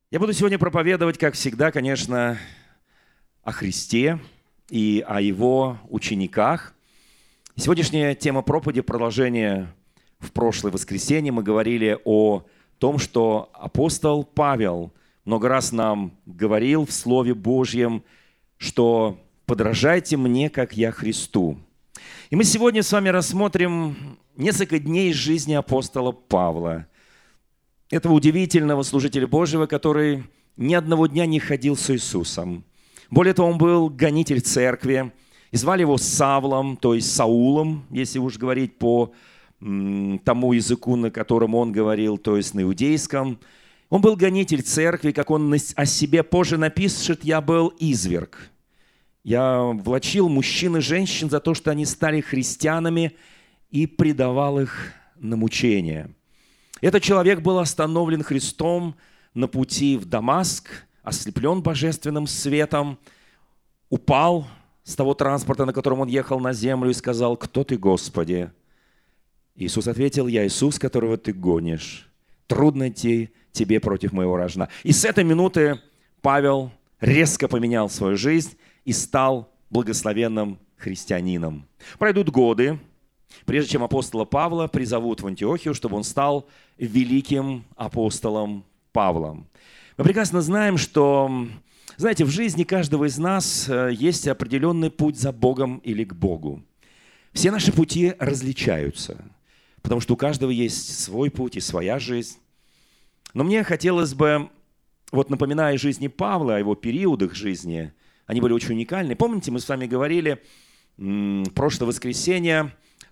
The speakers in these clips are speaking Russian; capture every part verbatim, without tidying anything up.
Я буду сегодня проповедовать, как всегда, конечно, о Христе и о Его учениках. Сегодняшняя тема проповеди – продолжение в прошлое воскресенье. Мы говорили о том, что апостол Павел много раз нам говорил в Слове Божьем, что «подражайте мне, как я Христу». И мы сегодня с вами рассмотрим несколько дней из жизни апостола Павла, этого удивительного служителя Божьего, который ни одного дня не ходил с Иисусом. Более того, он был гонитель церкви, и звали его Савлом, то есть Саулом, если уж говорить по м, тому языку, на котором он говорил, то есть на иудейском. Он был гонитель церкви, как он о себе позже напишет: «Я был изверг». Я влачил мужчин и женщин за то, что они стали христианами, и предавал их на мучения. Этот человек был остановлен Христом на пути в Дамаск, ослеплен божественным светом, упал с того транспорта, на котором он ехал, на землю, и сказал: «Кто ты, Господи?» Иисус ответил: «Я Иисус, которого ты гонишь. Трудно идти тебе против моего рожна». И с этой минуты Павел резко поменял свою жизнь и стал благословенным христианином. Пройдут годы, прежде чем апостола Павла призовут в Антиохию, чтобы он стал великим апостолом Павлом. Мы прекрасно знаем, что, знаете, в жизни каждого из нас есть определенный путь за Богом или к Богу. Все наши пути различаются, потому что у каждого есть свой путь и своя жизнь. Но мне хотелось бы, вот напоминая жизни Павла, о его периодах жизни, они были очень уникальны. Помните, мы с вами говорили м- прошлое воскресенье,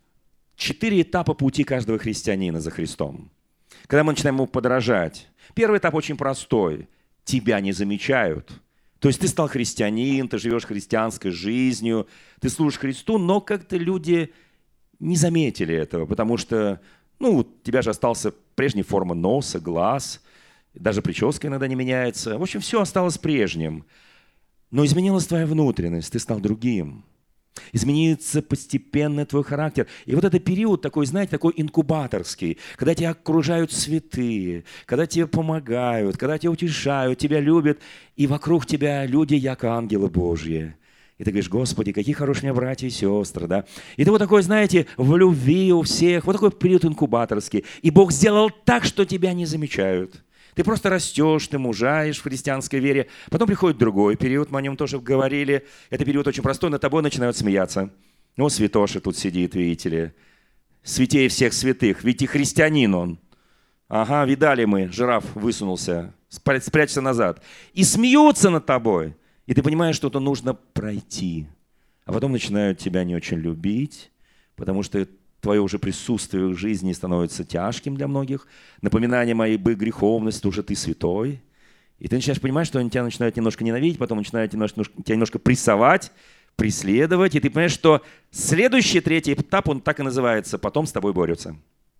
четыре этапа пути каждого христианина за Христом. Когда мы начинаем ему подражать. Первый этап очень простой. Тебя не замечают. То есть ты стал христианин, ты живешь христианской жизнью, ты служишь Христу, но как-то люди не заметили этого, потому что, ну, у тебя же остался прежняя форма носа, глаз, даже прическа иногда не меняется. В общем, все осталось прежним. Но изменилась твоя внутренность, ты стал другим. Изменится постепенно твой характер. И вот это период такой, знаете, такой инкубаторский, когда тебя окружают святые, когда тебе помогают, когда тебя утешают, тебя любят, и вокруг тебя люди, яко ангелы Божьи. И ты говоришь: Господи, какие хорошие у меня братья и сестры, да? И ты вот такой, знаете, в любви у всех, вот такой период инкубаторский. И Бог сделал так, что тебя не замечают. Ты просто растешь, ты мужаешь в христианской вере. Потом приходит другой период, мы о нем тоже говорили. Это период очень простой, над тобой начинают смеяться. Ну, святоша тут сидит, видите ли. Святее всех святых, ведь и христианин он. Ага, видали мы, жираф высунулся, спрячься назад. И смеются над тобой. И ты понимаешь, что-то нужно пройти. А потом начинают тебя не очень любить, потому что твое уже присутствие в жизни становится тяжким для многих. Напоминание моей бы греховности, уже ты святой. И ты начинаешь понимать, что они тебя начинают немножко ненавидеть, потом начинают немножко, тебя немножко прессовать, преследовать. И ты понимаешь, что следующий, третий этап, он так и называется: потом с тобой борются.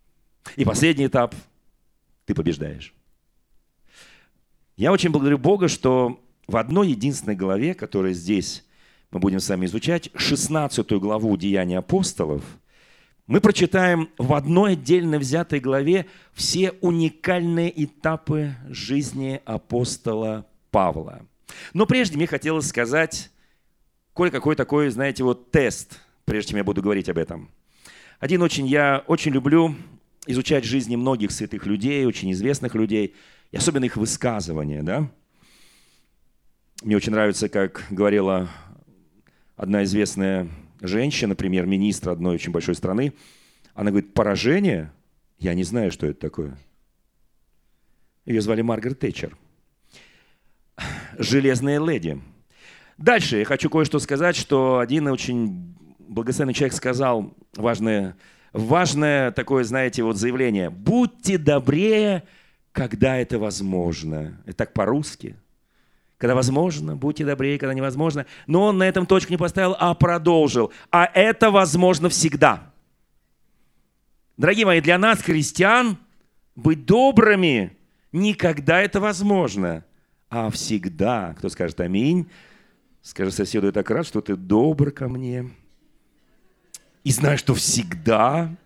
И последний этап – ты побеждаешь. Я очень благодарю Бога, что в одной единственной главе, которая здесь мы будем с вами изучать, шестнадцатую главу «Деяния апостолов», мы прочитаем в одной отдельно взятой главе все уникальные этапы жизни апостола Павла. Но прежде мне хотелось сказать кое-какой такой, знаете, вот тест, прежде чем я буду говорить об этом. Один очень, я очень люблю изучать жизни многих святых людей, очень известных людей, и особенно их высказывания, да. Мне очень нравится, как говорила одна известная женщина, премьер-министр одной очень большой страны. Она говорит: поражение? Я не знаю, что это такое. Ее звали Маргарет Тэтчер. Железная леди. Дальше я хочу кое-что сказать, что один очень благословенный человек сказал важное, важное такое, знаете, вот заявление: будьте добрее, когда это возможно. Это так по-русски. Когда возможно, будьте добрее, когда невозможно. Но он на этом точку не поставил, а продолжил. А это возможно всегда. Дорогие мои, для нас, христиан, быть добрыми не когда это возможно, а всегда. Кто скажет аминь? Скажи соседу: я так рад, что ты добр ко мне. И знаю, что всегда.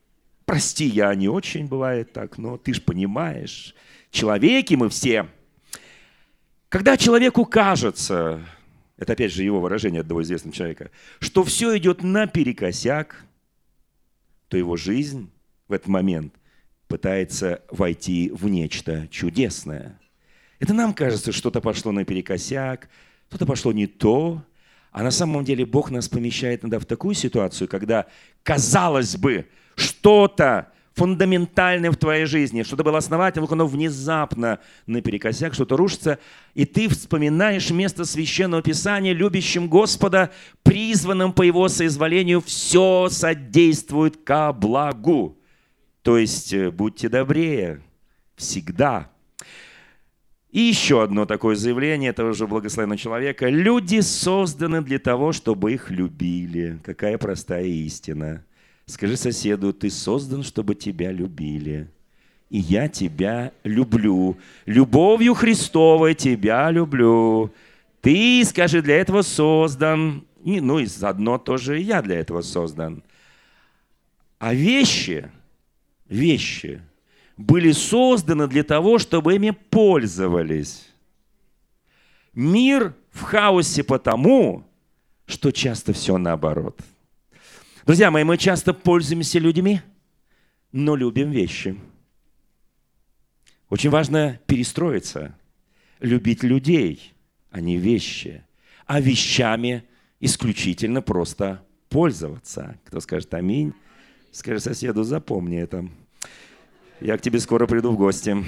Прости, я не очень бывает так, но ты ж понимаешь. Человеки мы все. Когда человеку кажется, это опять же его выражение одного известного человека, что все идет наперекосяк, то его жизнь в этот момент пытается войти в нечто чудесное. Это нам кажется, что-то пошло наперекосяк, что-то пошло не то, а на самом деле Бог нас помещает иногда в такую ситуацию, когда, казалось бы, что-то фундаментальное в твоей жизни, что-то было основательным, оно внезапно наперекосяк, что-то рушится, и ты вспоминаешь место Священного Писания, любящим Господа, призванным по Его соизволению, все содействует ко благу. То есть будьте добрее всегда. И еще одно такое заявление, это уже благословенного человека. Люди созданы для того, чтобы их любили. Какая простая истина. Скажи соседу, ты создан, чтобы тебя любили. И я тебя люблю. Любовью Христовой тебя люблю. Ты, скажи, для этого создан. И, ну и заодно тоже и я для этого создан. А вещи, вещи были созданы для того, чтобы ими пользовались. Мир в хаосе потому, что часто все наоборот. Друзья мои, мы часто пользуемся людьми, но любим вещи. Очень важно перестроиться, любить людей, а не вещи. А вещами исключительно просто пользоваться. Кто скажет аминь, скажи соседу, запомни это. Я к тебе скоро приду в гости.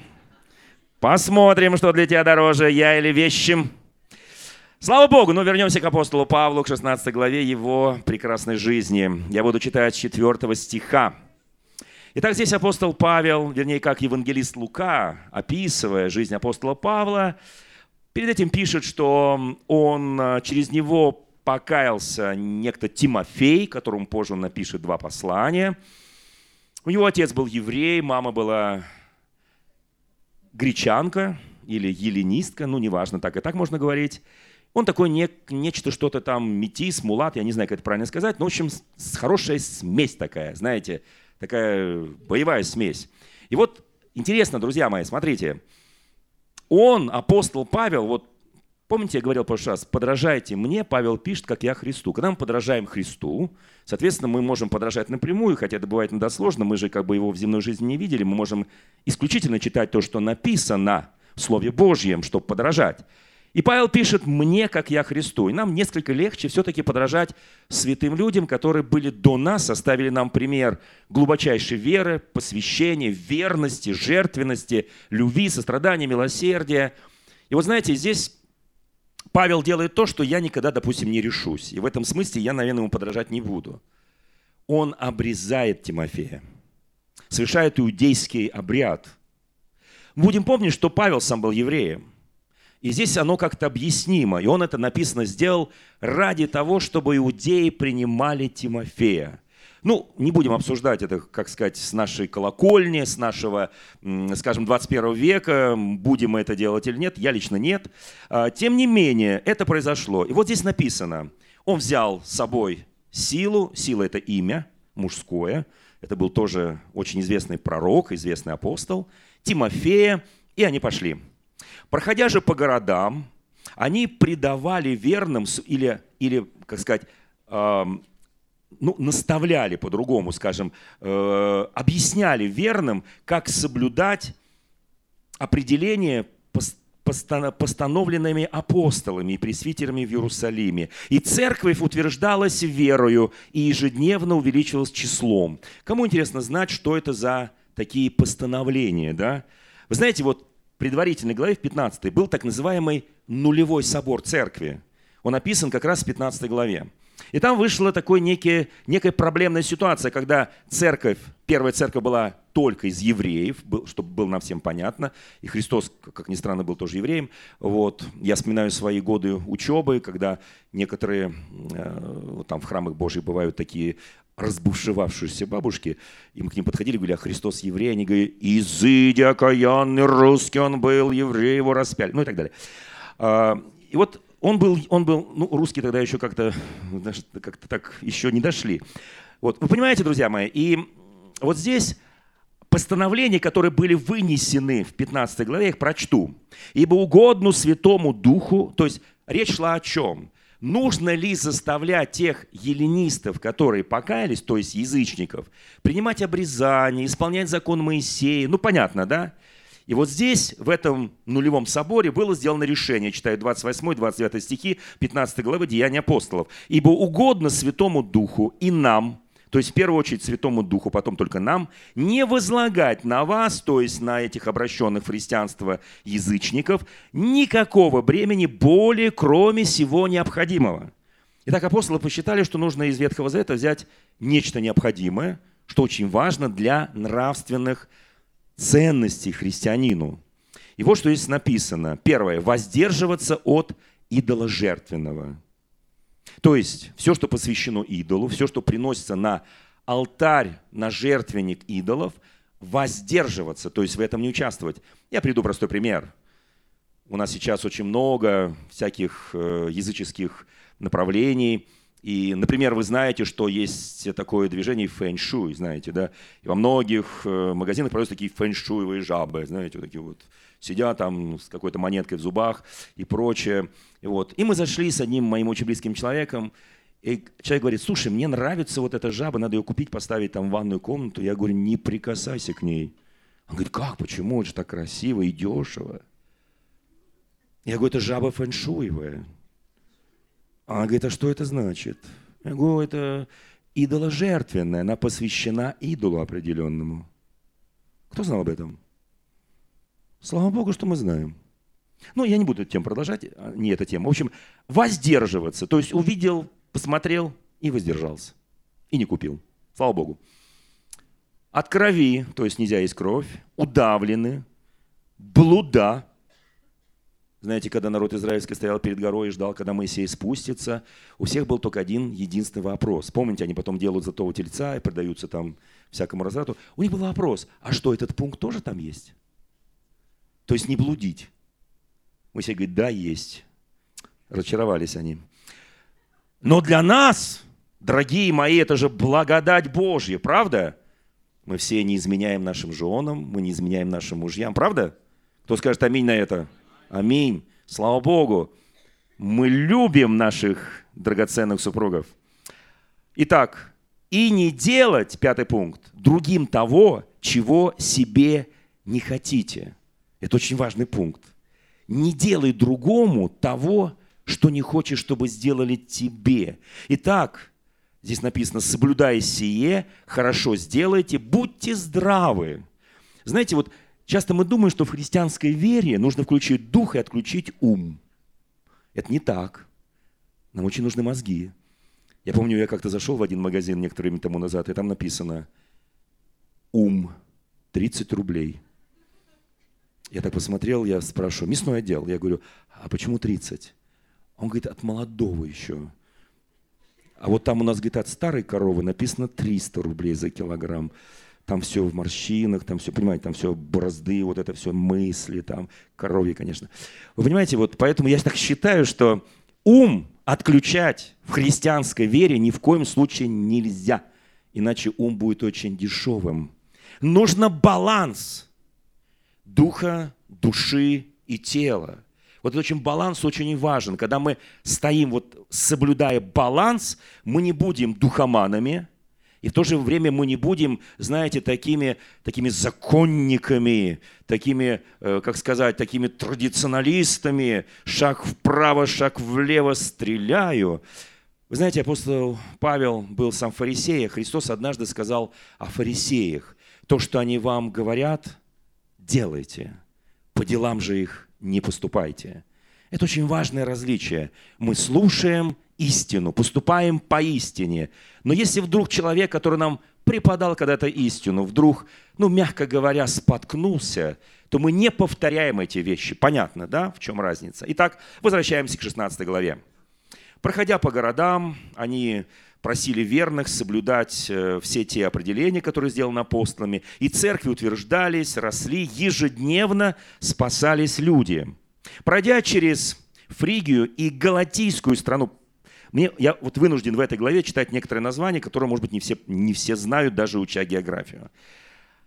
Посмотрим, что для тебя дороже, я или вещи. Слава Богу! Ну, вернемся к апостолу Павлу, к шестнадцатой главе его прекрасной жизни. Я буду читать с четвёртого стиха. Итак, здесь апостол Павел, вернее, как евангелист Лука, описывая жизнь апостола Павла, перед этим пишет, что он через него покаялся некто Тимофей, которому позже он напишет два послания. У него отец был еврей, мама была гречанка или еллинистка, ну, неважно, так и так можно говорить. Он такой не, нечто, что-то там, метис, мулат, я не знаю, как это правильно сказать, но, в общем, хорошая смесь такая, знаете, такая боевая смесь. И вот интересно, друзья мои, смотрите, он, апостол Павел, вот помните, я говорил в прошлый раз, подражайте мне, Павел пишет, как я Христу. Когда мы подражаем Христу, соответственно, мы можем подражать напрямую, хотя это бывает иногда сложно, мы же как бы его в земной жизни не видели, мы можем исключительно читать то, что написано в Слове Божьем, чтобы подражать. И Павел пишет «мне, как я Христу». И нам несколько легче все-таки подражать святым людям, которые были до нас, оставили нам пример глубочайшей веры, посвящения, верности, жертвенности, любви, сострадания, милосердия. И вот знаете, здесь Павел делает то, что я никогда, допустим, не решусь. И в этом смысле я, наверное, ему подражать не буду. Он обрезает Тимофея, совершает иудейский обряд. Будем помнить, что Павел сам был евреем. И здесь оно как-то объяснимо. И он это написано сделал ради того, чтобы иудеи принимали Тимофея. Ну, не будем обсуждать это, как сказать, с нашей колокольни, с нашего, скажем, двадцать первого века, будем мы это делать или нет. Я лично нет. Тем не менее, это произошло. И вот здесь написано, он взял с собой Силу. Сила – это имя мужское. Это был тоже очень известный пророк, известный апостол. Тимофея. И они пошли. Проходя же по городам, они предавали верным, или, или как сказать, э, ну, наставляли по-другому, скажем, э, объясняли верным, как соблюдать определение, постановленными апостолами и пресвитерами в Иерусалиме. И церковь утверждалась верою и ежедневно увеличивалась числом. Кому интересно знать, что это за такие постановления, да? Вы знаете, вот в предварительной главе, в пятнадцатой, был так называемый нулевой собор церкви. Он описан как раз в пятнадцатой главе. И там вышла такой некий, некая проблемная ситуация, когда церковь, первая церковь была только из евреев, чтобы было нам всем понятно. И Христос, как ни странно, был тоже евреем. Вот. Я вспоминаю свои годы учебы, когда некоторые э, там в храмах Божьих бывают такие разбушевавшиеся бабушки, и мы к ним подходили, говорили, а Христос еврей, они говорят, изыди окаянный русский он был, еврей его распяли, ну и так далее. И вот он был, он был, ну, русские тогда еще как-то, как-то так еще не дошли. Вот, вы понимаете, друзья мои, и вот здесь Постановления, которые были вынесены в пятнадцатой главе, я их прочту. «Ибо угодно Святому Духу», то есть речь шла о чем? Нужно ли заставлять тех эллинистов, которые покаялись, то есть язычников, принимать обрезание, исполнять закон Моисея? Ну, понятно, да? И вот здесь, в этом нулевом соборе, было сделано решение, читаю двадцать восьмой двадцать девятый стихи пятнадцатой главы Деяний апостолов. «Ибо угодно Святому Духу и нам», то есть в первую очередь Святому Духу, потом только нам, «не возлагать на вас», то есть на этих обращенных в христианство язычников, «никакого бремени более, кроме всего необходимого». Итак, апостолы посчитали, что нужно из Ветхого Завета взять нечто необходимое, что очень важно для нравственных ценностей христианину. И вот что здесь написано. Первое. Воздерживаться от идоложертвенного. То есть все, что посвящено идолу, все, что приносится на алтарь, на жертвенник идолов, воздерживаться, то есть в этом не участвовать. Я приведу простой пример. У нас сейчас очень много всяких языческих направлений. И, например, вы знаете, что есть такое движение фэн-шуй, знаете, да? И во многих магазинах продаются такие фэн-шуевые жабы, знаете, вот такие вот. Сидят там с какой-то монеткой в зубах и прочее. И, вот. и мы зашли с одним моим очень близким человеком, и человек говорит: слушай, мне нравится вот эта жаба, надо ее купить, поставить там в ванную комнату. Я говорю: не прикасайся к ней. Он говорит: как, почему, это же так красиво и дешево. Я говорю: это жаба фэншуевая. Она говорит: а что это значит? Я говорю: это идоложертвенная, она посвящена идолу определенному. Кто знал об этом? Слава Богу, что мы знаем. Ну, я не буду эту тему продолжать, не эта тема. В общем, воздерживаться, то есть увидел, посмотрел и воздержался. И не купил. Слава Богу. От крови, то есть нельзя есть кровь, удавлены, блуда. Знаете, когда народ израильский стоял перед горой и ждал, когда Моисей спустится, у всех был только один единственный вопрос. Помните, они потом делают золотого тельца и продаются там всякому разврату. У них был вопрос: а что, этот пункт тоже там есть? То есть не блудить. Моисей говорит: да, есть. Разочаровались они. Но для нас, дорогие мои, это же благодать Божья, правда? Мы все не изменяем нашим женам, мы не изменяем нашим мужьям, правда? Кто скажет аминь на это? Аминь. Слава Богу. Мы любим наших драгоценных супругов. Итак, и не делать, пятый пункт, другим того, чего себе не хотите. Это очень важный пункт. Не делай другому того, что не хочешь, чтобы сделали тебе. Итак, здесь написано: соблюдая сие, хорошо сделайте, будьте здравы. Знаете, вот часто мы думаем, что в христианской вере нужно включить дух и отключить ум. Это не так. Нам очень нужны мозги. Я помню, я как-то зашел в один магазин некоторое время тому назад, и там написано: ум, тридцать рублей. Я так посмотрел, я спрашиваю: мясной отдел. Я говорю: а почему тридцать? Он говорит: от молодого еще. А вот там у нас, говорит, от старой коровы написано триста рублей за килограмм. Там все в морщинах, там все, понимаете, там все борозды, вот это все мысли, там коровьи, конечно. Вы понимаете, вот поэтому я так считаю, что ум отключать в христианской вере ни в коем случае нельзя. Иначе ум будет очень дешевым. Нужно баланс духа, души и тела. Вот этот очень баланс очень важен. Когда мы стоим, вот, соблюдая баланс, мы не будем духоманами, и в то же время мы не будем, знаете, такими, такими законниками, такими, э, как сказать, такими традиционалистами, шаг вправо, шаг влево, стреляю. Вы знаете, апостол Павел был сам фарисеем. Христос однажды сказал о фарисеях: то, что они вам говорят, делайте, по делам же их не поступайте. Это очень важное различие. Мы слушаем истину, поступаем по истине. Но если вдруг человек, который нам преподал когда-то истину, вдруг, ну, мягко говоря, споткнулся, то мы не повторяем эти вещи. Понятно, да, в чем разница? Итак, возвращаемся к шестнадцатой главе. Проходя по городам, они просили верных соблюдать все те определения, которые сделаны апостолами, и церкви утверждались, росли, ежедневно спасались люди. Пройдя через Фригию и Галатийскую страну, мне, я вот вынужден в этой главе читать некоторые названия, которые, может быть, не все, не все знают, даже уча географию.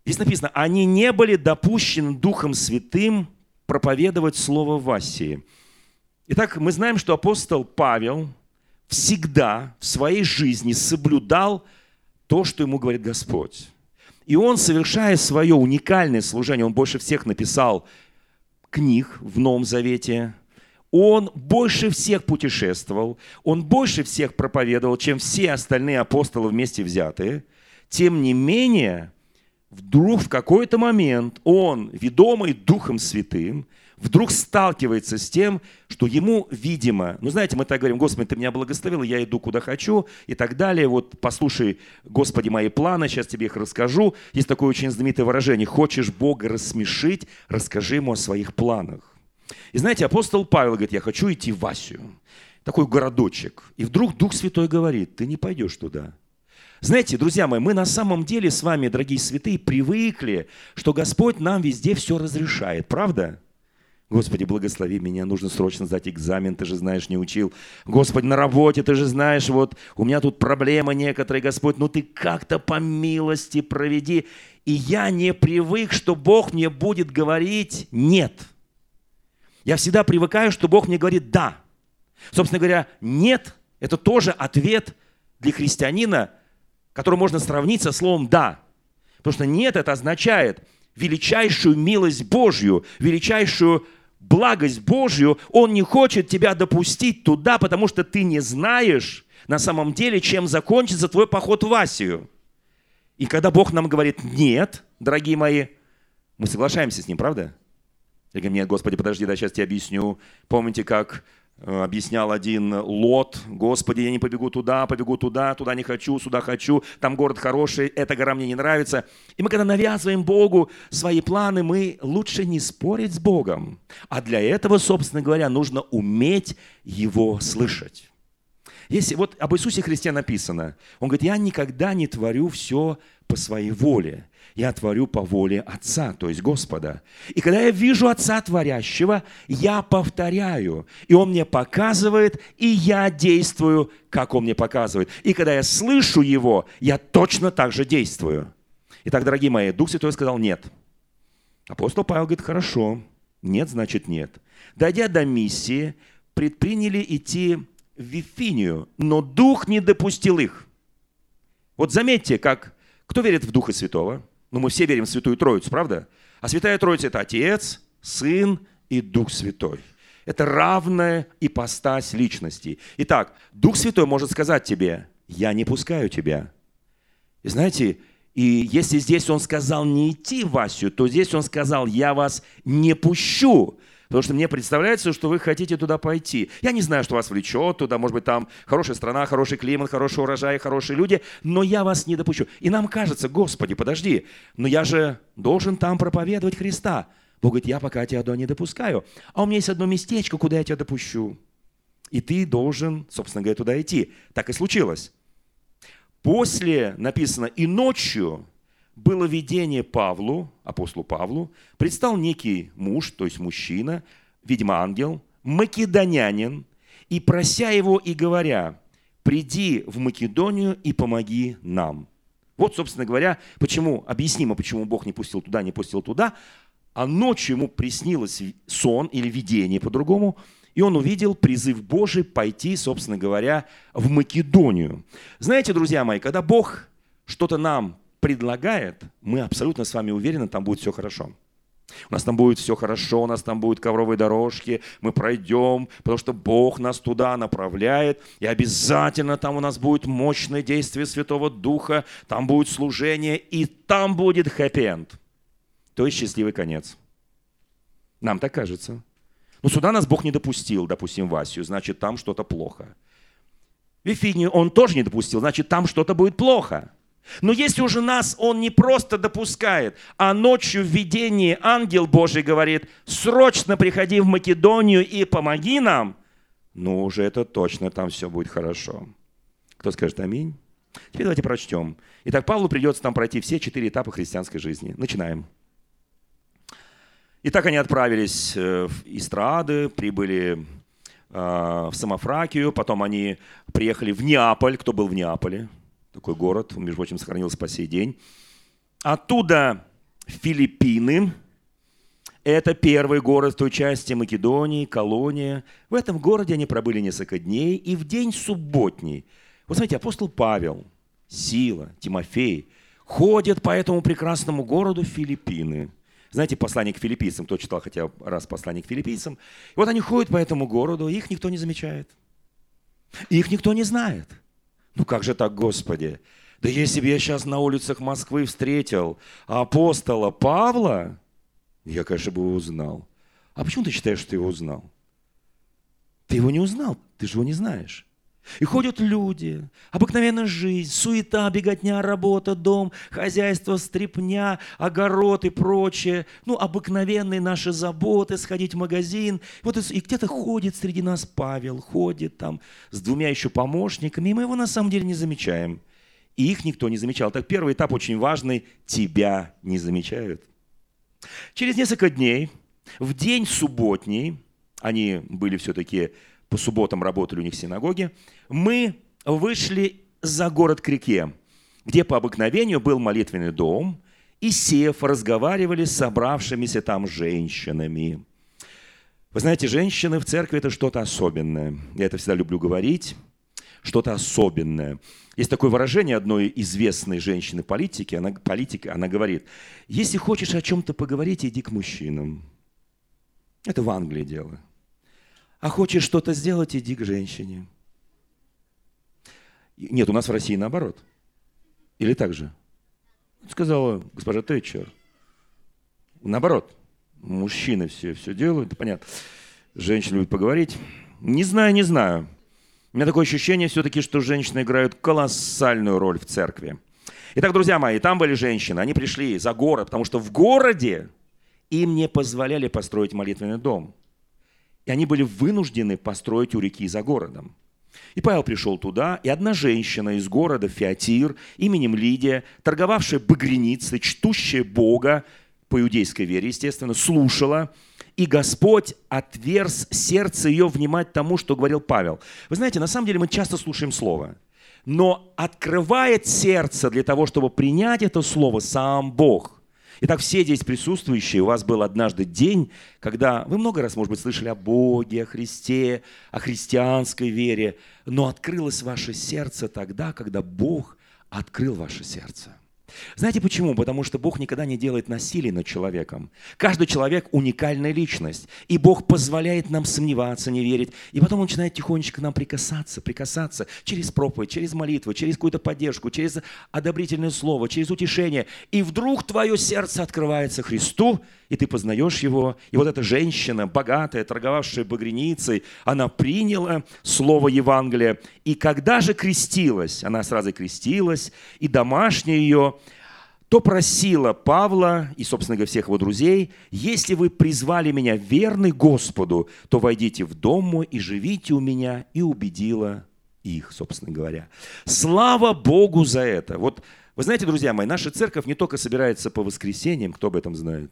Здесь написано, они не были допущены Духом Святым проповедовать Слово в Ассии. Итак, мы знаем, что апостол Павел всегда в своей жизни соблюдал то, что ему говорит Господь. И он, совершая свое уникальное служение, он больше всех написал книг в Новом Завете, он больше всех путешествовал, он больше всех проповедовал, чем все остальные апостолы вместе взятые. Тем не менее, вдруг в какой-то момент он, ведомый Духом Святым, вдруг сталкивается с тем, что ему, видимо, ну знаете, мы так говорим, Господи, Ты меня благословил, я иду куда хочу и так далее. Вот послушай, Господи, мои планы, сейчас тебе их расскажу. Есть такое очень знаменитое выражение: хочешь Бога рассмешить, расскажи Ему о своих планах. И знаете, апостол Павел говорит, я хочу идти в Ассию, такой городочек. И вдруг Дух Святой говорит, ты не пойдешь туда. Знаете, друзья мои, мы на самом деле с вами, дорогие святые, привыкли, что Господь нам везде все разрешает, правда? Господи, благослови меня, нужно срочно сдать экзамен, Ты же знаешь, не учил. Господи, на работе, Ты же знаешь, вот у меня тут проблемы некоторые, Господь, ну Ты как-то по милости проведи. И я не привык, что Бог мне будет говорить «нет». Я всегда привыкаю, что Бог мне говорит «да». Собственно говоря, «нет» – это тоже ответ для христианина, который можно сравнить со словом «да». Потому что «нет» – это означает величайшую милость Божью, величайшую благость Божью. Он не хочет тебя допустить туда, потому что ты не знаешь на самом деле, чем закончится твой поход в Ассию. И когда Бог нам говорит «нет», дорогие мои, мы соглашаемся с Ним, правда? Я говорю, нет, Господи, подожди, да, сейчас тебе объясню. Помните, как э, объяснял один Лот, Господи, я не побегу туда, побегу туда, туда не хочу, сюда хочу, там город хороший, эта гора мне не нравится. И мы, когда навязываем Богу свои планы, мы лучше не спорить с Богом. А для этого, собственно говоря, нужно уметь Его слышать. Если, вот об Иисусе Христе написано, Он говорит, я никогда не творю все по своей воле. Я творю по воле Отца, то есть Господа. И когда я вижу Отца Творящего, я повторяю. И Он мне показывает, и я действую, как Он мне показывает. И когда я слышу Его, я точно так же действую. Итак, дорогие мои, Дух Святой сказал «нет». Апостол Павел говорит, хорошо, нет, значит нет. Дойдя до миссии, предприняли идти в Вифинию, но Дух не допустил их. Вот заметьте, как кто верит в Духа Святого? Ну, мы все верим в Святую Троицу, правда? А Святая Троица – это Отец, Сын и Дух Святой. Это равная ипостась личности. Итак, Дух Святой может сказать тебе, я не пускаю тебя. И знаете, и если здесь Он сказал не идти в Ассию, то здесь Он сказал, я вас не пущу. Потому что мне представляется, что вы хотите туда пойти. Я не знаю, что вас влечет туда. Может быть, там хорошая страна, хороший климат, хороший урожай, хорошие люди. Но я вас не допущу. И нам кажется, Господи, подожди, но я же должен там проповедовать Христа. Бог говорит, я пока тебя туда не допускаю. А у меня есть одно местечко, куда я тебя допущу. И ты должен, собственно говоря, туда идти. Так и случилось. После написано, и ночью было видение Павлу, апостолу Павлу, предстал некий муж, то есть мужчина, видимо, ангел, македонянин, и прося его и говоря, приди в Македонию и помоги нам. Вот, собственно говоря, почему, объяснимо, почему Бог не пустил туда, не пустил туда, а ночью ему приснилось сон или видение по-другому, и он увидел призыв Божий пойти, собственно говоря, в Македонию. Знаете, друзья мои, когда Бог что-то нам предлагает, мы абсолютно с вами уверены, там будет все хорошо. У нас там будет все хорошо, у нас там будут ковровые дорожки, мы пройдем, потому что Бог нас туда направляет, и обязательно там у нас будет мощное действие Святого Духа, там будет служение, и там будет хэппи-энд, то есть счастливый конец. Нам так кажется. Но сюда нас Бог не допустил, допустим, в Ассию, значит, там что-то плохо. В Вифинию Он тоже не допустил, значит, там что-то будет плохо. Но если уже нас Он не просто допускает, а ночью в видении ангел Божий говорит, срочно приходи в Македонию и помоги нам, ну уже это точно там все будет хорошо. Кто скажет аминь? Теперь давайте прочтем. Итак, Павлу придется там пройти все четыре этапа христианской жизни. Начинаем. Итак, они отправились в Истрады, прибыли в Самофракию, потом они приехали в Неаполь. Кто был в Неаполе? Такой город, он, между прочим, сохранился по сей день. Оттуда Филиппины. Это первый город в той части Македонии, колония. В этом городе они пробыли несколько дней, и в день субботний, вот смотрите, апостол Павел, Сила, Тимофей ходят по этому прекрасному городу Филиппины. Знаете, послание к филиппийцам, кто читал хотя бы раз послание к филиппийцам. И вот они ходят по этому городу, их никто не замечает. Их никто не знает. Ну как же так, Господи? Да если бы я сейчас на улицах Москвы встретил апостола Павла, я, конечно, бы его узнал. А почему ты считаешь, что ты его узнал? Ты его не узнал, ты же его не знаешь. И ходят люди, обыкновенная жизнь, суета, беготня, работа, дом, хозяйство, стряпня, огород и прочее. Ну, обыкновенные наши заботы, сходить в магазин. Вот и где-то ходит среди нас Павел, ходит там с двумя еще помощниками, и мы его на самом деле не замечаем. И их никто не замечал. Так первый этап очень важный – тебя не замечают. Через несколько дней, в день субботний, они были все-таки по субботам работали у них в синагоге, мы вышли за город к реке, где по обыкновению был молитвенный дом, и, сев, разговаривали с собравшимися там женщинами. Вы знаете, женщины в церкви – это что-то особенное. Я это всегда люблю говорить. Что-то особенное. Есть такое выражение одной известной женщины-политики. Она, политика, она говорит, если хочешь о чем-то поговорить, иди к мужчинам. Это в Англии дело. А хочешь что-то сделать, иди к женщине. Нет, у нас в России наоборот. Или так же? Сказала госпожа Тэтчер. Наоборот. Мужчины все, все делают, понятно. Женщины любят поговорить. Не знаю, не знаю. У меня такое ощущение все-таки, что женщины играют колоссальную роль в церкви. Итак, друзья мои, там были женщины. Они пришли за город, потому что в городе им не позволяли построить молитвенный дом. И они были вынуждены построить у реки за городом. И Павел пришел туда, и одна женщина из города Фиатир, именем Лидия, торговавшая багряницей, чтущая Бога, по иудейской вере, естественно, слушала, и Господь отверз сердце ее внимать тому, что говорил Павел. Вы знаете, на самом деле мы часто слушаем Слово, но открывает сердце для того, чтобы принять это Слово сам Бог. Итак, все здесь присутствующие, у вас был однажды день, когда вы много раз, может быть, слышали о Боге, о Христе, о христианской вере, но открылось ваше сердце тогда, когда Бог открыл ваше сердце. Знаете почему? Потому что Бог никогда не делает насилия над человеком. Каждый человек – уникальная личность. И Бог позволяет нам сомневаться, не верить. И потом Он начинает тихонечко к нам прикасаться, прикасаться через проповедь, через молитву, через какую-то поддержку, через одобрительное слово, через утешение. И вдруг твое сердце открывается Христу, и ты познаешь Его. И вот эта женщина, богатая, торговавшая багряницей, она приняла слово Евангелия. И когда же крестилась, она сразу крестилась, и домашняя ее, то просила Павла и, собственно говоря, всех его друзей, если вы призвали меня верный Господу, то войдите в дом мой и живите у меня, и убедила их, собственно говоря. Слава Богу за это. Вот вы знаете, друзья мои, наша церковь не только собирается по воскресеньям, кто об этом знает.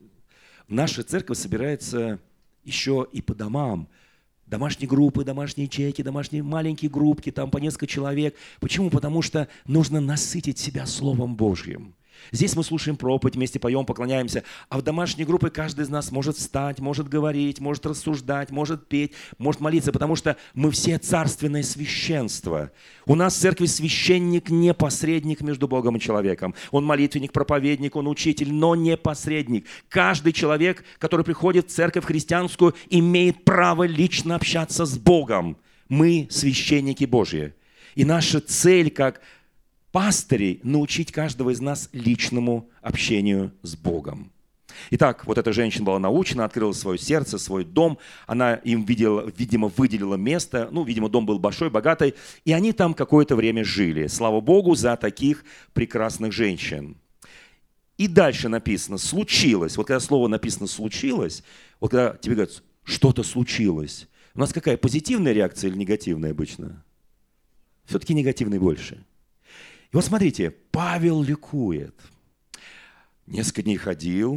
Наша церковь собирается еще и по домам. Домашние группы, домашние ячейки, домашние маленькие группки, там по несколько человек. Почему? Потому что нужно насытить себя Словом Божьим. Здесь мы слушаем проповедь, вместе поем, поклоняемся. А в домашней группе каждый из нас может встать, может говорить, может рассуждать, может петь, может молиться, потому что мы все царственное священство. У нас в церкви священник не посредник между Богом и человеком. Он молитвенник, проповедник, он учитель, но не посредник. Каждый человек, который приходит в церковь христианскую, имеет право лично общаться с Богом. Мы священники Божьи. И наша цель как пастырей научить каждого из нас личному общению с Богом. Итак, вот эта женщина была научена, открыла свое сердце, свой дом. Она им, видела, видимо, выделила место. Ну, видимо, дом был большой, богатый. И они там какое-то время жили. Слава Богу за таких прекрасных женщин. И дальше написано «случилось». Вот когда слово написано «случилось», вот когда тебе говорят «что-то случилось», у нас какая, позитивная реакция или негативная обычно? Все-таки негативной больше. И вот смотрите, Павел ликует. Несколько дней ходил,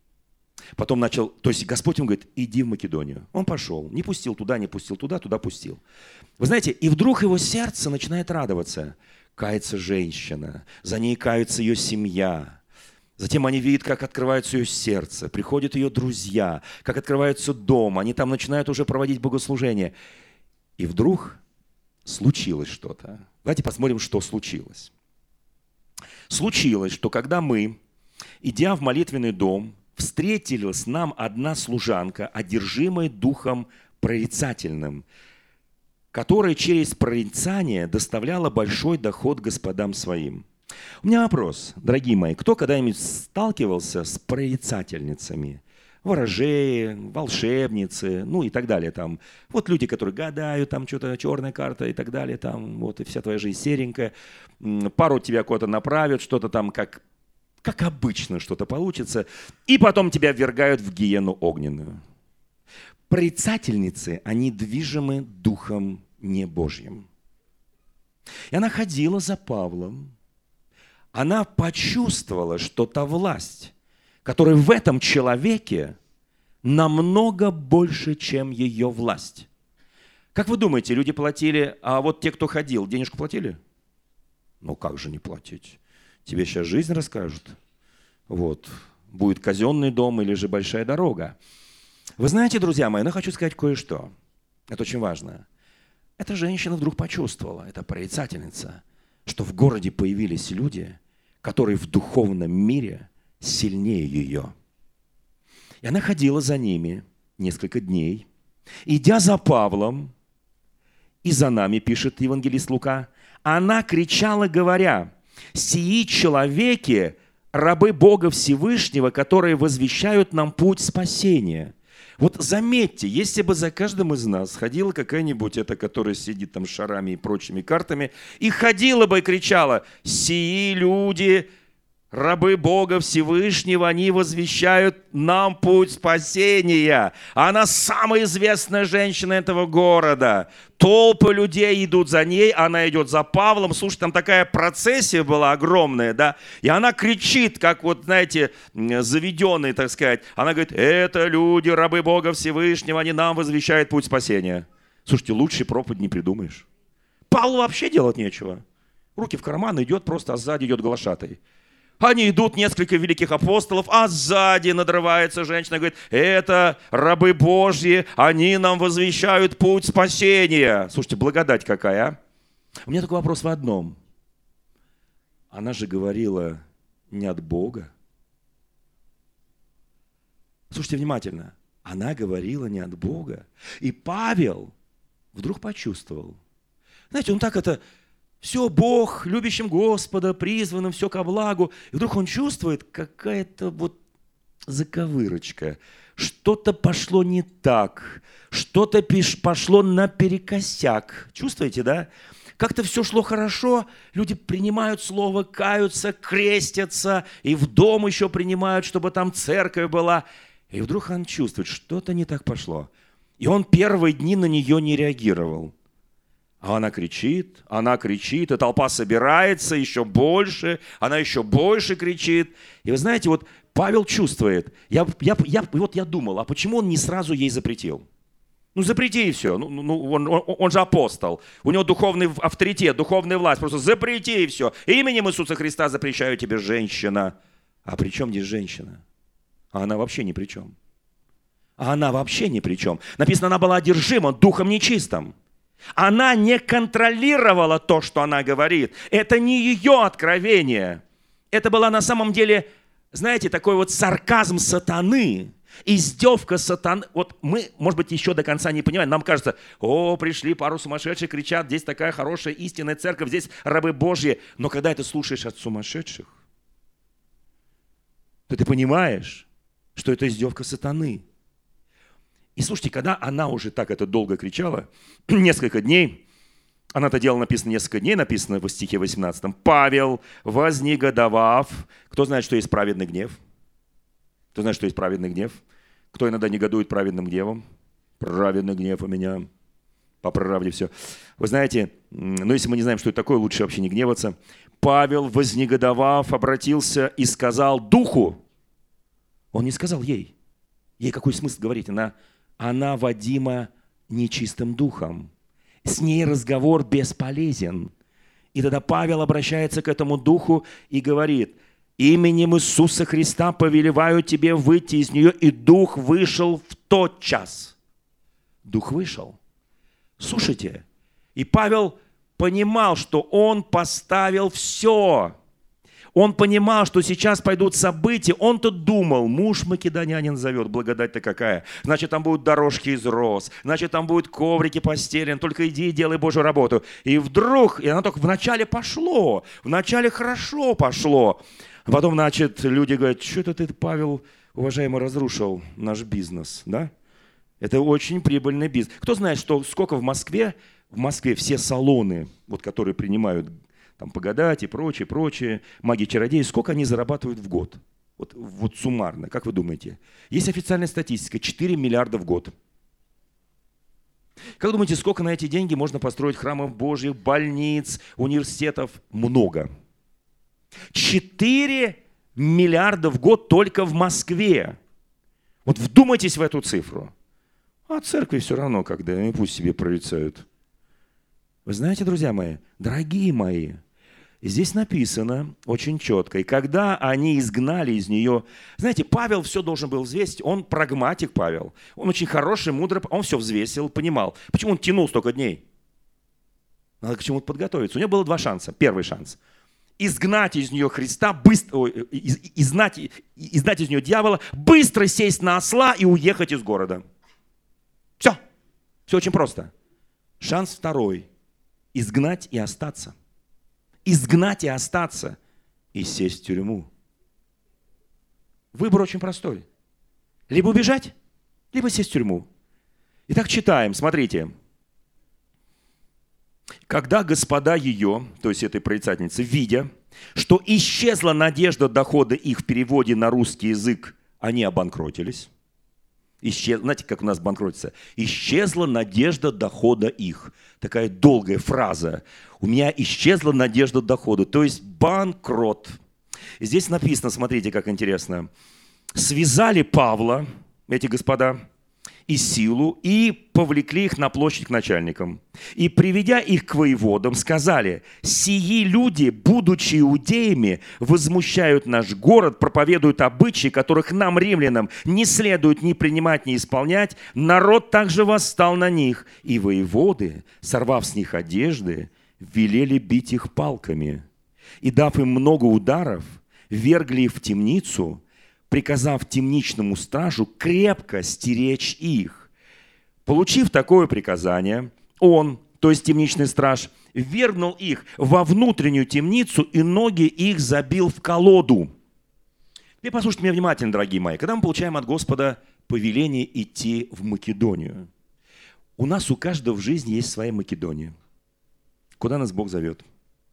потом начал, то есть Господь ему говорит, иди в Македонию. Он пошел, не пустил туда, не пустил туда, туда пустил. Вы знаете, и вдруг его сердце начинает радоваться. Кается женщина, за ней кается ее семья. Затем они видят, как открывается ее сердце, приходят ее друзья, как открывается дом, они там начинают уже проводить богослужение. И вдруг случилось что-то. Давайте посмотрим, что случилось. Случилось, что когда мы, идя в молитвенный дом, встретилась нам одна служанка, одержимая духом прорицательным, которая через прорицание доставляла большой доход господам своим. У меня вопрос, дорогие мои, кто когда-нибудь сталкивался с прорицательницами? Ворожеи, волшебницы, ну и так далее. Там. Вот люди, которые гадают, там что-то черная карта и так далее, там, вот и вся твоя жизнь серенькая. Пару тебя куда-то направят, что-то там, как, как обычно, что-то получится. И потом тебя ввергают в гиену огненную. Прорицательницы, они движимы духом небожьим. И она ходила за Павлом. Она почувствовала, что та власть, которая в этом человеке, намного больше, чем ее власть. Как вы думаете, люди платили, а вот те, кто ходил, денежку платили? Ну как же не платить? Тебе сейчас жизнь расскажут. Вот. Будет казенный дом или же большая дорога. Вы знаете, друзья мои, но я хочу сказать кое-что. Это очень важно. Эта женщина вдруг почувствовала, эта прорицательница, что в городе появились люди, которые в духовном мире сильнее ее. И она ходила за ними несколько дней, идя за Павлом, и за нами, пишет евангелист Лука, она кричала, говоря: «Сии человеки, рабы Бога Всевышнего, которые возвещают нам путь спасения». Вот заметьте, если бы за каждым из нас ходила какая-нибудь эта, которая сидит там с шарами и прочими картами, и ходила бы и кричала: «Сии люди, рабы Бога Всевышнего, они возвещают нам путь спасения». Она самая известная женщина этого города. Толпы людей идут за ней, она идет за Павлом. Слушай, там такая процессия была огромная, да? И она кричит, как вот, знаете, заведенный, так сказать. Она говорит: «Это люди, рабы Бога Всевышнего, они нам возвещают путь спасения». Слушайте, лучшей проповедь не придумаешь. Павлу вообще делать нечего. Руки в карман, идет просто, а сзади идет глашатай. Они идут, несколько великих апостолов, а сзади надрывается женщина, говорит: «Это рабы Божьи, они нам возвещают путь спасения». Слушайте, благодать какая, а? У меня такой вопрос в одном. Она же говорила не от Бога. Слушайте внимательно. Она говорила не от Бога. И Павел вдруг почувствовал. Знаете, он так это... Все Бог, любящим Господа, призванным, все ко благу. И вдруг он чувствует, какая-то вот заковырочка. Что-то пошло не так. Что-то пошло наперекосяк. Чувствуете, да? Как-то все шло хорошо. Люди принимают слово, каются, крестятся. И в дом еще принимают, чтобы там церковь была. И вдруг он чувствует, что-то не так пошло. И он первые дни на нее не реагировал. А она кричит, она кричит, и толпа собирается еще больше, она еще больше кричит. И вы знаете, вот Павел чувствует, я, я, я, вот я думал, а почему он не сразу ей запретил? Ну запрети и все, ну, ну, он, он, он же апостол, у него духовный авторитет, духовная власть, просто запрети и все. Именем Иисуса Христа запрещаю тебе, женщина. А при чем здесь женщина? А она вообще ни при чем. А она вообще ни при чем. Написано, она была одержима духом нечистым. Она не контролировала то, что она говорит. Это не ее откровение. Это была на самом деле, знаете, такой вот сарказм сатаны, издевка сатаны. Вот мы, может быть, еще до конца не понимаем. Нам кажется: о, пришли пару сумасшедших, кричат, здесь такая хорошая истинная церковь, здесь рабы Божьи. Но когда ты слушаешь от сумасшедших, то ты понимаешь, что это издевка сатаны. И слушайте, когда она уже так это долго кричала, несколько дней, она это делала, написано несколько дней, написано в стихе восемнадцатом, Павел, вознегодовав. Кто знает, что есть праведный гнев? Кто знает, что есть праведный гнев? Кто иногда негодует праведным гневом? Праведный гнев у меня. По правде все. Вы знаете, ну если мы не знаем, что это такое, лучше вообще не гневаться. Павел, вознегодовав, обратился и сказал духу. Он не сказал ей. Ей какой смысл говорить? Она... Она водима нечистым духом. С ней разговор бесполезен. И тогда Павел обращается к этому духу и говорит: Именем Иисуса Христа повелеваю тебе выйти из нее, и дух вышел в тот час. Дух вышел. Слушайте, и Павел понимал, что он поставил все. Он понимал, что сейчас пойдут события. Он-то думал, муж македонянин зовет, благодать-то какая. Значит, там будут дорожки из роз, значит, там будут коврики постелены, только иди и делай Божью работу. И вдруг, и оно только вначале пошло, вначале хорошо пошло. Потом, значит, люди говорят, что это ты, Павел, уважаемый, разрушил наш бизнес, да? Это очень прибыльный бизнес. Кто знает, что сколько в Москве, в Москве все салоны, вот, которые принимают там погадать и прочее, прочее, маги-чародеи, сколько они зарабатывают в год? Вот, вот суммарно, как вы думаете? Есть официальная статистика, четыре миллиарда в год. Как думаете, сколько на эти деньги можно построить храмов Божьих, больниц, университетов? Много. четыре миллиарда в год только в Москве. Вот вдумайтесь в эту цифру. А церкви все равно, когда они пусть себе прорицают. Вы знаете, друзья мои, дорогие мои, здесь написано очень четко. И когда они изгнали из нее... Знаете, Павел все должен был взвесить. Он прагматик, Павел. Он очень хороший, мудрый. Он все взвесил, понимал. Почему он тянул столько дней? Надо к чему-то подготовиться. У него было два шанса. Первый шанс. Изгнать из нее Христа, быстро, ой, из, изгнать, изгнать из нее дьявола, быстро сесть на осла и уехать из города. Все. Все очень просто. Шанс второй. Изгнать и остаться. Изгнать и остаться. И сесть в тюрьму. Выбор очень простой. Либо убежать, либо сесть в тюрьму. Итак, читаем. Смотрите. Когда господа ее, то есть этой прорицательницы, видя, что исчезла надежда дохода их в переводе на русский язык, они обанкротились. Исчез... Знаете, как у нас банкротится? Исчезла надежда дохода их. Такая долгая фраза. У меня исчезла надежда дохода. То есть банкрот. И здесь написано, смотрите, как интересно. Связали Павла, эти господа, и Силу, и повлекли их на площадь к начальникам. И, приведя их к воеводам, сказали: «Сии люди, будучи иудеями, возмущают наш город, проповедуют обычаи, которых нам, римлянам, не следует ни принимать, ни исполнять. Народ также восстал на них, и воеводы, сорвав с них одежды, велели бить их палками. И, дав им много ударов, вергли их в темницу, приказав темничному стражу крепко стеречь их». Получив такое приказание, он, то есть темничный страж, ввергнул их во внутреннюю темницу и ноги их забил в колоду. Теперь послушайте меня внимательно, дорогие мои. Когда мы получаем от Господа повеление идти в Македонию, у нас у каждого в жизни есть своя Македония. Куда нас Бог зовет?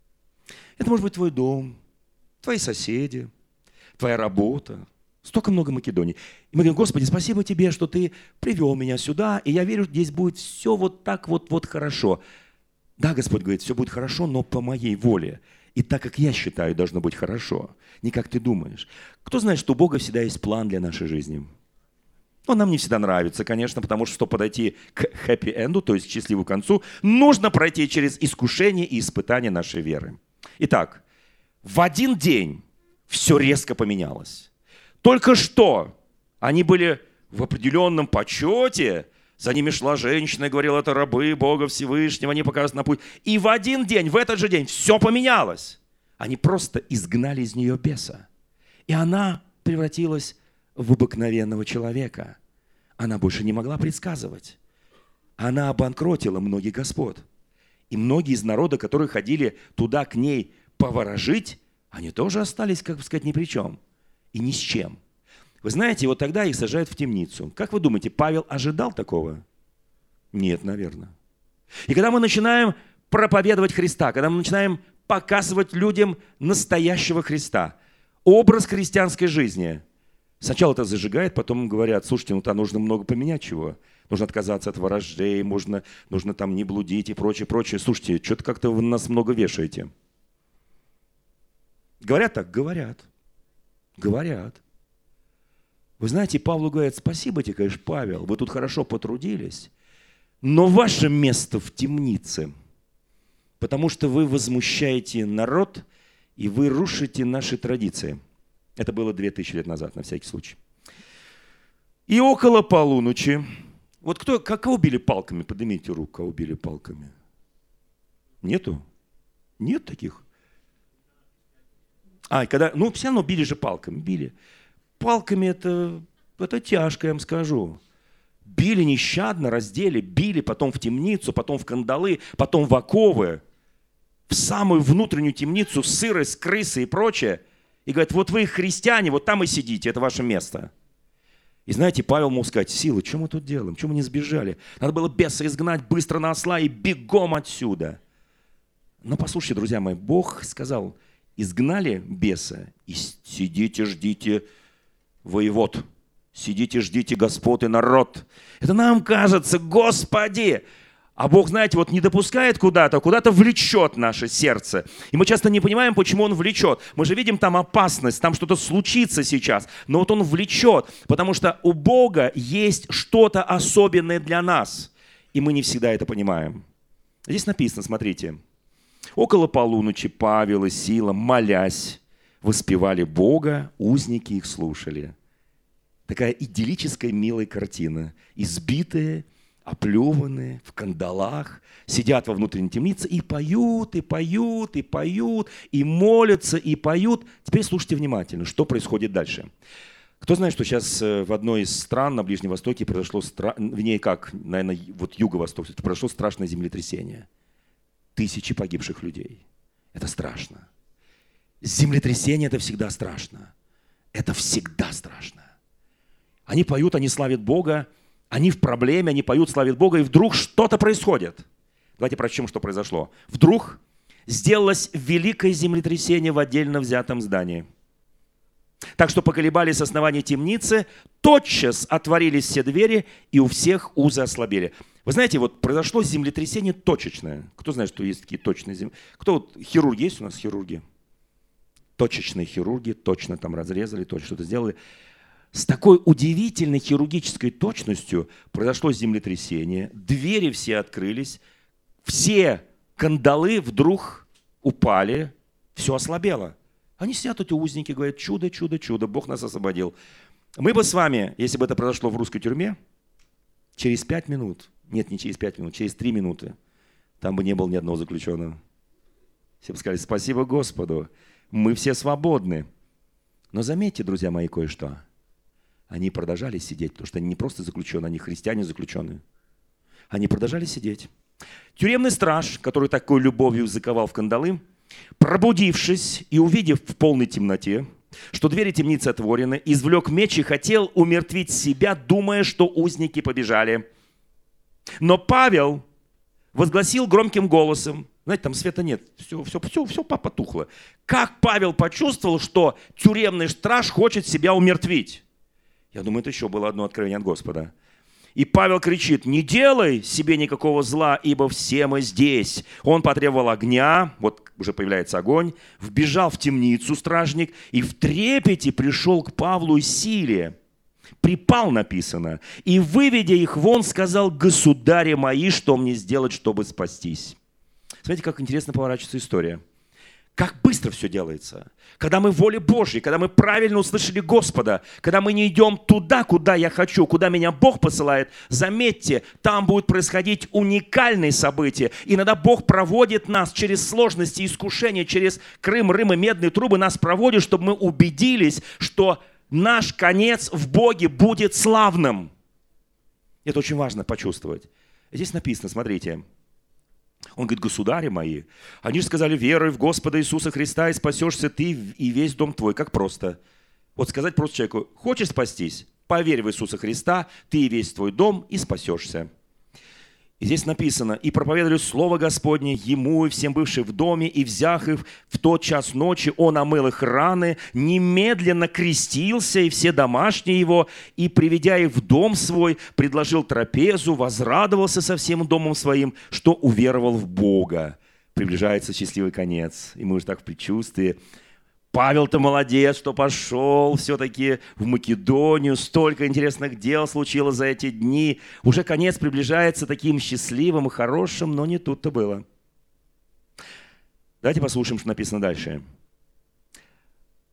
Это может быть твой дом, твои соседи, твоя работа. Столько много Македонии. И мы говорим: Господи, спасибо Тебе, что Ты привел меня сюда, и я верю, что здесь будет все вот так вот, вот хорошо. Да, Господь говорит, все будет хорошо, но по моей воле. И так, как я считаю, должно быть хорошо. Не как ты думаешь. Кто знает, что у Бога всегда есть план для нашей жизни? Он нам не всегда нравится, конечно, потому что, чтобы подойти к хэппи-энду, то есть к счастливому концу, нужно пройти через искушение и испытание нашей веры. Итак, в один день все резко поменялось. Только что они были в определенном почете, за ними шла женщина и говорила: это рабы Бога Всевышнего, они показывают на путь. И в один день, в этот же день все поменялось. Они просто изгнали из нее беса. И она превратилась в обыкновенного человека. Она больше не могла предсказывать. Она обанкротила многих господ. И многие из народа, которые ходили туда к ней поворожить, они тоже остались, как бы сказать, ни при чем. И ни с чем. Вы знаете, вот тогда их сажают в темницу. Как вы думаете, Павел ожидал такого? Нет, наверное. И когда мы начинаем проповедовать Христа, когда мы начинаем показывать людям настоящего Христа, образ христианской жизни, сначала это зажигает, потом говорят: слушайте, ну там нужно много поменять чего. Нужно отказаться от ворождей, можно, нужно там не блудить и прочее, прочее. Слушайте, что-то как-то вы нас много вешаете. Говорят так? Говорят. Говорят. Вы знаете, Павлу говорят: спасибо тебе, конечно, Павел, вы тут хорошо потрудились, но ваше место в темнице, потому что вы возмущаете народ и вы рушите наши традиции. Это было две тысячи лет назад, на всякий случай. И около полуночи. Вот кто, кого убили палками? Поднимите руку, кого убили палками. Нету? Нет таких? А, и когда, ну, все равно били же палками, били. Палками это, это тяжко, я вам скажу. Били нещадно, раздели, били, потом в темницу, потом в кандалы, потом в оковы, в самую внутреннюю темницу, сырость, крысы и прочее. И говорят, вот вы христиане, вот там и сидите, это ваше место. И знаете, Павел мог сказать, силы, что мы тут делаем, что мы не сбежали? Надо было беса изгнать быстро на осла и бегом отсюда. Но послушайте, друзья мои, Бог сказал, изгнали беса и сидите, ждите воевод. Сидите, ждите господ и народ. Это нам кажется, Господи! А Бог, знаете, вот не допускает куда-то, куда-то влечет наше сердце. И мы часто не понимаем, почему Он влечет. Мы же видим там опасность, там что-то случится сейчас. Но вот Он влечет, потому что у Бога есть что-то особенное для нас. И мы не всегда это понимаем. Здесь написано, смотрите. Около полуночи Павел и Сила, молясь, воспевали Бога, узники их слушали. Такая идиллическая, милая картина. Избитые, оплеванные, в кандалах, сидят во внутренней темнице и поют, и поют, и поют, и молятся, и поют. Теперь слушайте внимательно, что происходит дальше. Кто знает, что сейчас в одной из стран на Ближнем Востоке произошло, в ней как, наверное, вот юго-восток, произошло страшное землетрясение. Тысячи погибших людей. Это страшно. Землетрясение – это всегда страшно. Это всегда страшно. Они поют, они славят Бога, они в проблеме, они поют, славят Бога, и вдруг что-то происходит. Давайте прочтем, что произошло. Вдруг сделалось великое землетрясение в отдельно взятом здании. Так что поколебались основания темницы, тотчас отворились все двери, и у всех узы ослабели. Вы знаете, вот произошло землетрясение точечное. Кто знает, что есть такие точные землетрясения? Кто вот, хирурги есть у нас, хирурги? Точечные хирурги, точно там разрезали, точно что-то сделали. С такой удивительной хирургической точностью произошло землетрясение, двери все открылись, все кандалы вдруг упали, все ослабело. Они сидят, эти узники, говорят, чудо, чудо, чудо, Бог нас освободил. Мы бы с вами, если бы это произошло в русской тюрьме, через пять минут, нет, не через пять минут, через три минуты, там бы не было ни одного заключенного. Все бы сказали, спасибо Господу, мы все свободны. Но заметьте, друзья мои, кое-что. Они продолжали сидеть, потому что они не просто заключенные, они христиане заключенные. Они продолжали сидеть. Тюремный страж, который такой любовью заковал в кандалы, пробудившись и увидев в полной темноте, что двери темницы отворены, извлек меч и хотел умертвить себя, думая, что узники побежали. Но Павел возгласил громким голосом, знаете, там света нет, все, все, все, все потухло. Как Павел почувствовал, что тюремный страж хочет себя умертвить? Я думаю, это еще было одно откровение от Господа. И Павел кричит, не делай себе никакого зла, ибо все мы здесь. Он потребовал огня, вот уже появляется огонь, вбежал в темницу стражник и в трепете пришел к Павлу и Силе. Припал, написано, и, выведя их вон, сказал, государи мои, что мне сделать, чтобы спастись. Смотрите, как интересно поворачивается история. Как быстро все делается. Когда мы в воле Божьей, когда мы правильно услышали Господа, когда мы не идем туда, куда я хочу, куда меня Бог посылает, заметьте, там будут происходить уникальные события. Иногда Бог проводит нас через сложности, искушения, через Крым, Рым и медные трубы, нас проводит, чтобы мы убедились, что наш конец в Боге будет славным. Это очень важно почувствовать. Здесь написано, смотрите. Он говорит, государи мои, они же сказали, веруй в Господа Иисуса Христа, и спасешься ты и весь дом твой. Как просто. Вот сказать просто человеку, хочешь спастись? Поверь в Иисуса Христа, ты и весь твой дом, и спасешься. И здесь написано, и проповедовали слово Господне ему и всем бывшим в доме, и взяв их в тот час ночи, он омыл их раны, немедленно крестился, и все домашние его, и, приведя их в дом свой, предложил трапезу, возрадовался со всем домом своим, что уверовал в Бога. Приближается счастливый конец, и мы уже так в предчувствии. Павел-то молодец, что пошел все-таки в Македонию. Столько интересных дел случилось за эти дни. Уже конец приближается таким счастливым и хорошим, но не тут-то было. Давайте послушаем, что написано дальше.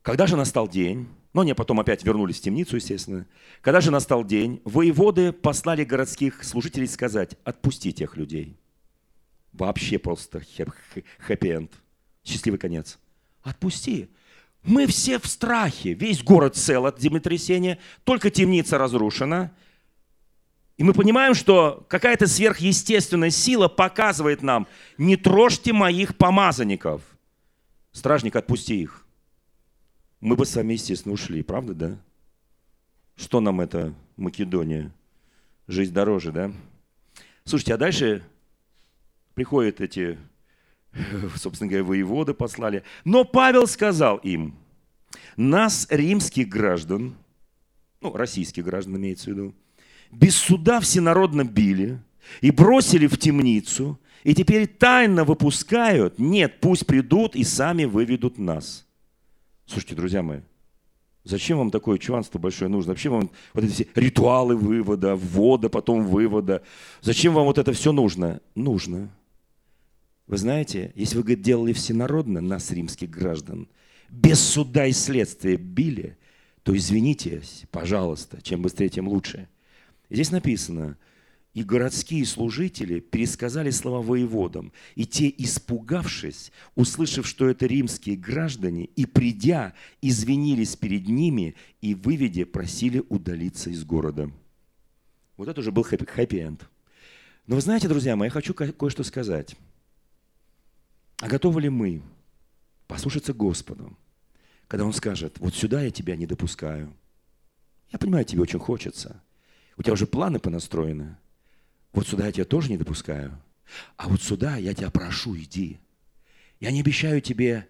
Когда же настал день, ну, они потом опять вернулись в темницу, естественно. Когда же настал день, воеводы послали городских служителей сказать: отпустите тех людей. Вообще просто хэппи-энд. Счастливый конец. Отпусти. Мы все в страхе. Весь город цел от землетрясения, только темница разрушена. И мы понимаем, что какая-то сверхъестественная сила показывает нам: не трожьте моих помазанников. Стражник, отпусти их. Мы бы сами, естественно, ушли, правда, да? Что нам это Македония? Жизнь дороже, да? Слушайте, а дальше приходят эти, собственно говоря, воеводы послали. Но Павел сказал им: нас, римских граждан, ну, российских граждан имеется в виду, без суда всенародно били и бросили в темницу, и теперь тайно выпускают. Нет, пусть придут и сами выведут нас. Слушайте, друзья мои, зачем вам такое чванство большое нужно? Зачем вам вот эти все ритуалы вывода, ввода, потом вывода? Зачем вам вот это все нужно? Нужно. Вы знаете, если вы, говорит, делали всенародно, нас, римских граждан, без суда и следствия били, то извините, пожалуйста, чем быстрее, тем лучше. Здесь написано: и городские служители пересказали слова воеводам, и те, испугавшись, услышав, что это римские граждане, и придя, извинились перед ними, и выведя, просили удалиться из города. Вот это уже был хэппи-энд. Но вы знаете, друзья мои, я хочу кое-что сказать. А готовы ли мы послушаться Господа, когда Он скажет: вот сюда я тебя не допускаю? Я понимаю, тебе очень хочется. У тебя уже планы понастроены. Вот сюда я тебя тоже не допускаю. А вот сюда я тебя прошу, иди. Я не обещаю тебе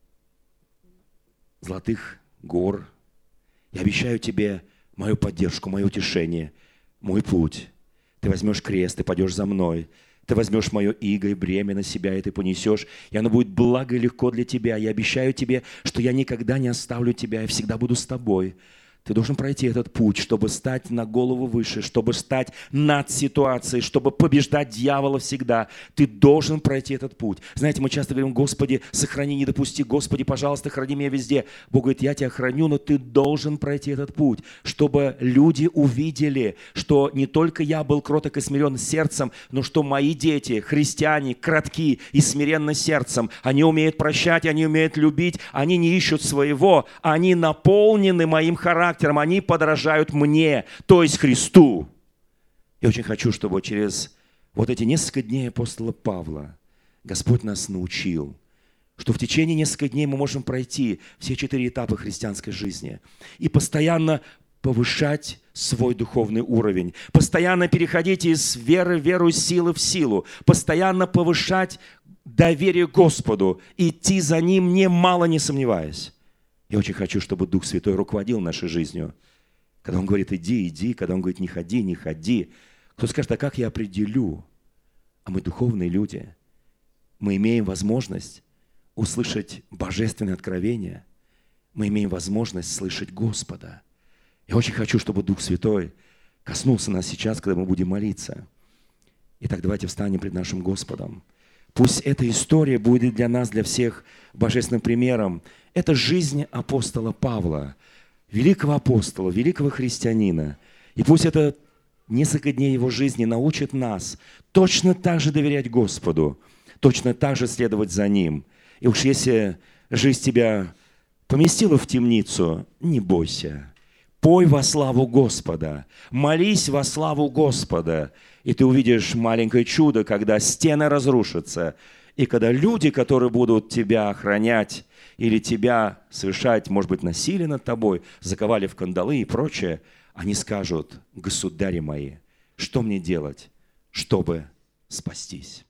золотых гор. Я обещаю тебе мою поддержку, мое утешение, мой путь. Ты возьмешь крест, ты пойдешь за мной. Ты возьмешь мое иго и бремя на себя, и ты понесешь, и оно будет благо и легко для тебя. Я обещаю тебе, что я никогда не оставлю тебя, я всегда буду с тобой. Ты должен пройти этот путь, чтобы стать на голову выше, чтобы стать над ситуацией, чтобы побеждать дьявола всегда. Ты должен пройти этот путь. Знаете, мы часто говорим: Господи, сохрани, не допусти. Господи, пожалуйста, храни меня везде. Бог говорит: я тебя храню, но ты должен пройти этот путь, чтобы люди увидели, что не только я был кроток и смирен сердцем, но что мои дети, христиане, кротки и смиренны сердцем. Они умеют прощать, они умеют любить, они не ищут своего, они наполнены моим характером. Они подражают мне, то есть Христу. Я очень хочу, чтобы через вот эти несколько дней апостола Павла Господь нас научил, что в течение нескольких дней мы можем пройти все четыре этапа христианской жизни и постоянно повышать свой духовный уровень, постоянно переходить из веры в веру, из силы в силу, постоянно повышать доверие Господу, идти за Ним, немало не сомневаясь. Я очень хочу, чтобы Дух Святой руководил нашей жизнью. Когда Он говорит: иди, иди, когда Он говорит: не ходи, не ходи. Кто скажет: а как я определю? А мы духовные люди. Мы имеем возможность услышать божественное откровение. Мы имеем возможность слышать Господа. Я очень хочу, чтобы Дух Святой коснулся нас сейчас, когда мы будем молиться. Итак, давайте встанем пред нашим Господом. Пусть эта история будет для нас, для всех, божественным примером. Это жизнь апостола Павла, великого апостола, великого христианина. И пусть это несколько дней его жизни научит нас точно так же доверять Господу, точно так же следовать за Ним. И уж если жизнь тебя поместила в темницу, не бойся. Пой во славу Господа, молись во славу Господа, и ты увидишь маленькое чудо, когда стены разрушатся, и когда люди, которые будут тебя охранять или тебя совершать, может быть, насилие над тобой, заковали в кандалы и прочее, они скажут: государи мои, что мне делать, чтобы спастись?